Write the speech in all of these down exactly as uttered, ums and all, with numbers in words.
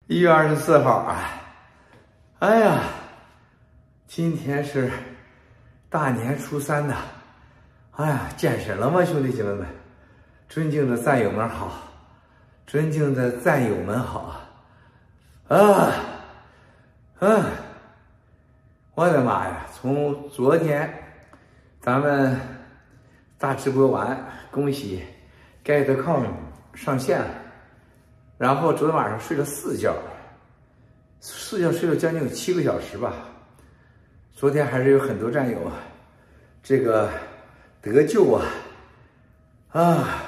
一月二十四号啊，哎呀，今天是大年初三呐，哎呀，健身了吗，兄弟姐妹们？尊敬的战友们好，尊敬的战友们好啊！啊，我的妈呀！从昨天咱们大直播完，恭喜 get dot com 上线了。然后昨天晚上睡了四觉，四觉睡了将近有七个小时吧。昨天还是有很多战友这个得救啊啊！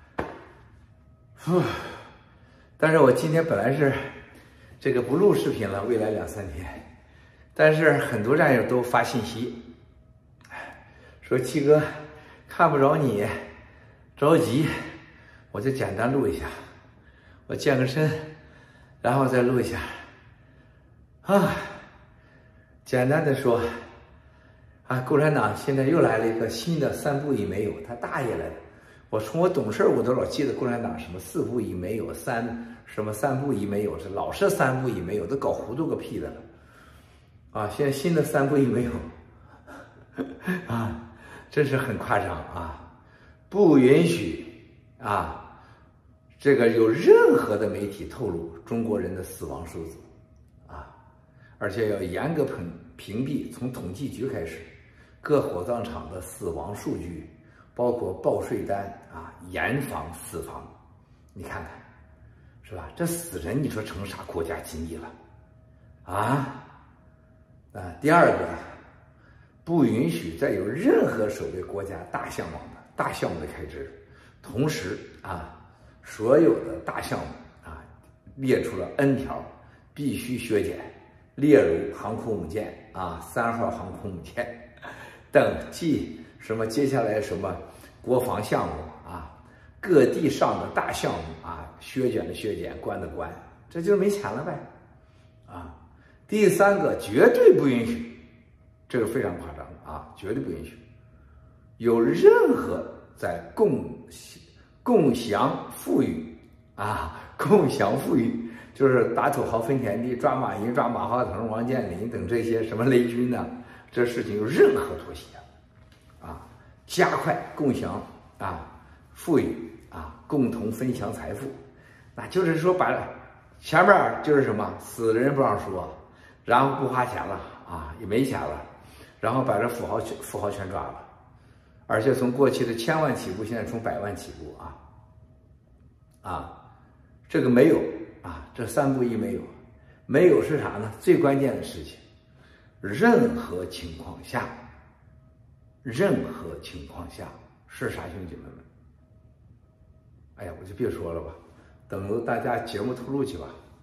呼，但是我今天本来是这个不录视频了，未来两三天，但是很多战友都发信息说七哥看不着你，着急，我就简单录一下。我健个身，然后再录一下。啊，简单的说，啊，共产党现在又来了一个新的三不一没有，他大爷来了！我从我懂事我都老记得共产党什么四不一没有，三什么三不一没有，是老是三不一没有，都搞糊涂个屁的了。啊，现在新的三不一没有，啊，真是很夸张啊！不允许啊！这个有任何的媒体透露中国人的死亡数字，啊，而且要严格屏屏蔽，从统计局开始，各火葬场的死亡数据，包括报税单啊，严防死亡。你看看，是吧？这死人，你说成啥国家机密了？啊啊！第二个，不允许再有任何所谓国家大项目的大项目的开支，同时啊。所有的大项目啊，列出了 N 条，必须削减，列如航空母舰啊，三号航空母舰等，即什么接下来什么国防项目啊，各地上的大项目啊，削减的削减，关的关，这就是没钱了呗，啊。第三个，绝对不允许，这个非常夸张啊，绝对不允许有任何在共。共享富裕啊，共享富裕就是打土豪分田地，抓马云、抓马化腾、王健林等这些什么雷军呢？这事情有任何妥协啊，加快共享啊富裕啊，共同分享财富，那就是说白了，前面就是什么死的人不让说，然后不花钱了啊，也没钱了，然后把这富豪富豪全抓了。而且从过去的千万起步，现在从百万起步啊，啊，这个没有啊，这三不一没有，没有是啥呢？最关键的事情，任何情况下，任何情况下是啥，兄弟们们？哎呀，我就别说了吧，等着大家节目透露去吧。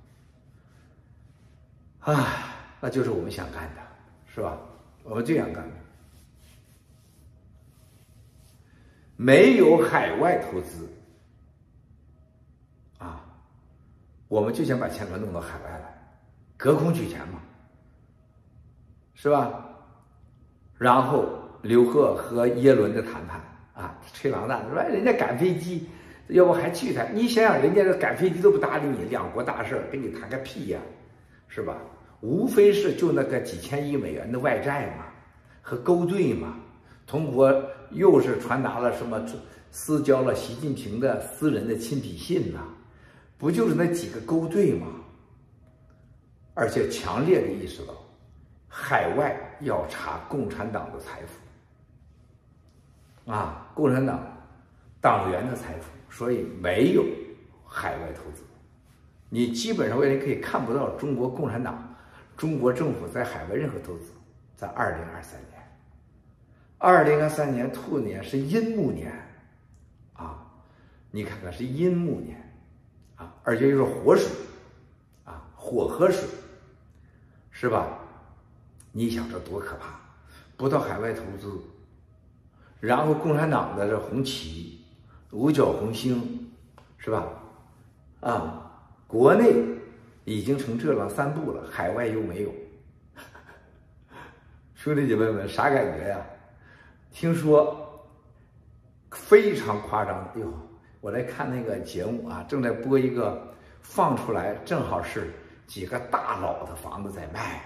啊，那就是我们想干的，是吧？我们最想干的。没有海外投资啊，我们就想把钱给弄到海外来，隔空取钱嘛，是吧？然后刘鹤和耶伦的谈判啊，吹狼蛋说人家赶飞机，要不还去谈？你想想，人家这赶飞机都不搭理你，两国大事跟你谈个屁呀，是吧？无非是就那个几千亿美元的外债嘛，和勾兑嘛。中国又是传达了什么私交了习近平的私人的亲笔信呐、啊？不就是那几个勾兑吗？而且强烈的意识到，海外要查共产党的财富，啊，共产党党员的财富，所以没有海外投资。你基本上未来可以看不到中国共产党、中国政府在海外任何投资，在二零二三年。二零二三年兔年是阴木年，啊，你看看是阴木年，啊，而且又是火水，啊，火和水，是吧？你想这多可怕！不到海外投资，然后共产党的这红旗、五角红星，是吧？啊，国内已经成这样三步了，海外又没有，兄弟姐妹们，啥感觉呀？听说非常夸张，哎呦，我来看那个节目啊，正在播一个，放出来正好是几个大佬的房子在卖，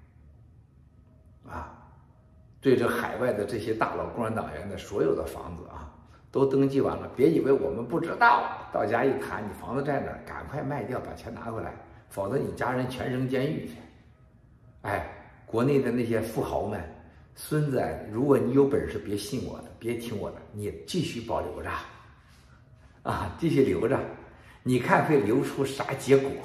啊，对这海外的这些大佬共产党员的所有的房子啊，都登记完了。别以为我们不知道，到家一谈，你房子在哪儿，赶快卖掉，把钱拿回来，否则你家人全扔监狱去。哎，国内的那些富豪们，孙子，如果你有本事，别信我的，别听我的，你继续保留着，啊，继续留着，你看会留出啥结果？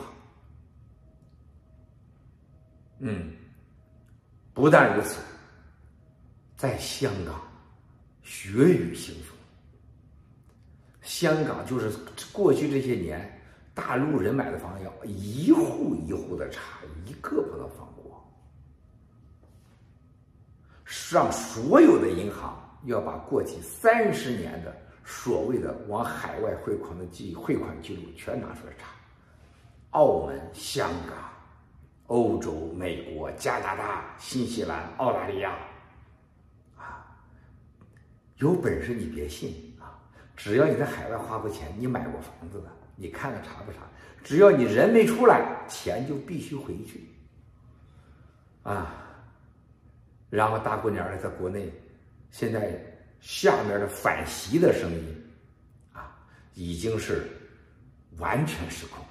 嗯，不但如此，在香港血雨腥风。香港就是过去这些年，大陆人买的房要一户一户的查，一个不能放过，让所有的银行要把过去三十年的所谓的往海外汇款的记汇款记录全拿出来查。澳门、香港、欧洲、美国、加拿大、新西兰、澳大利亚，啊，有本事你别信啊！只要你在海外花过钱，你买过房子的，你看看查不查？只要你人没出来，钱就必须回去，啊！然后大过年的在国内，现在下面的反袭的声音，啊，已经是完全失控。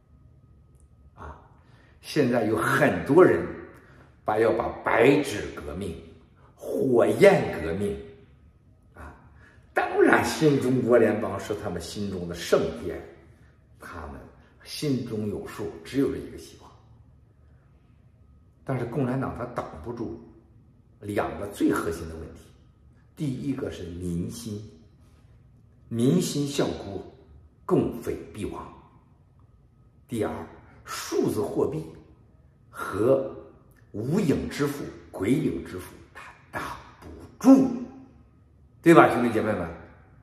现在有很多人把要把白纸革命、火焰革命，啊，当然新中国联邦是他们心中的圣殿，他们心中有数，只有这一个希望。但是共产党他挡不住两个最核心的问题，第一个是民心，民心效锅，共匪必亡；第二，数字货币和无影支付、鬼影支付，它挡不住，对吧，兄弟姐妹们？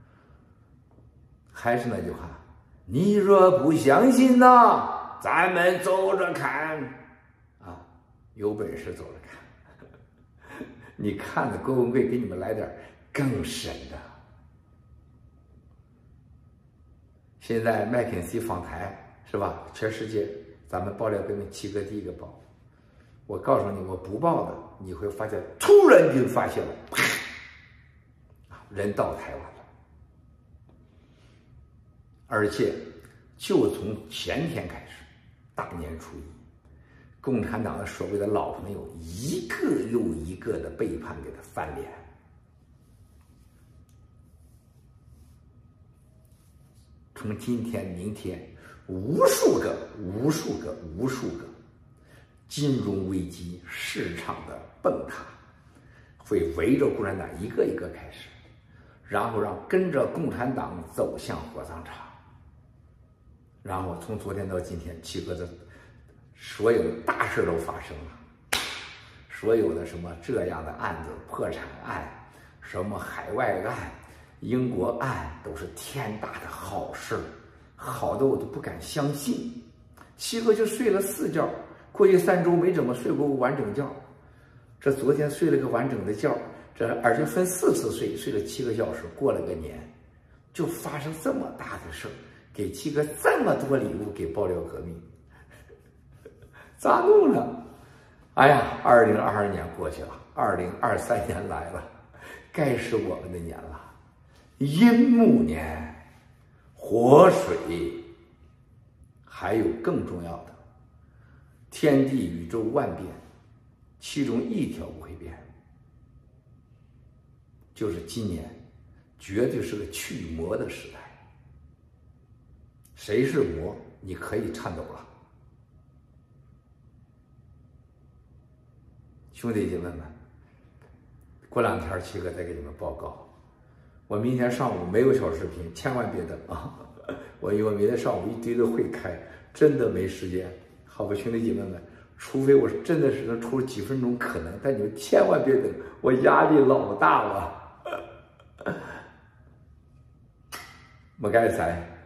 还是那句话，你若不相信呐，咱们走着看啊，有本事走着看。你看的郭文贵给你们来点更深的。现在麦肯锡访台是吧？全世界。咱们爆料革命七哥第一个报，我告诉你，我不报的，你会发现突然间发现了，啪，人到台湾了，而且就从前天开始，大年初一，共产党的所谓的老朋友一个又一个的背叛给他翻脸，从今天、明天。无数个、无数个、无数个金融危机、市场的崩塌，会围着共产党一个一个开始，然后让跟着共产党走向火葬场。然后从昨天到今天，七哥的所有的大事都发生了，所有的什么这样的案子、破产案、什么海外案、英国案，都是天大的好事。好的我都不敢相信，七哥就睡了四觉，过去三周没怎么睡过完整觉，这昨天睡了个完整的觉，这而且分四次睡，睡了七个小时，过了个年，就发生这么大的事儿，给七哥这么多礼物给爆料革命，咋弄了？哎呀，二零二二年过去了，二零二三年来了，该是我们的年了，寅木年。火水，还有更重要的，天地宇宙万变，其中一条不会变，就是今年绝对是个去魔的时代。谁是魔，你可以颤抖了。兄弟姐妹们，过两天七哥再给你们报告。我明天上午没有小视频，千万别等啊！我因为明天上午一堆的会开，真的没时间。好吧，兄弟姐妹们，除非我真的是能抽几分钟可能，但你们千万别等，我压力老大了。冇該晒。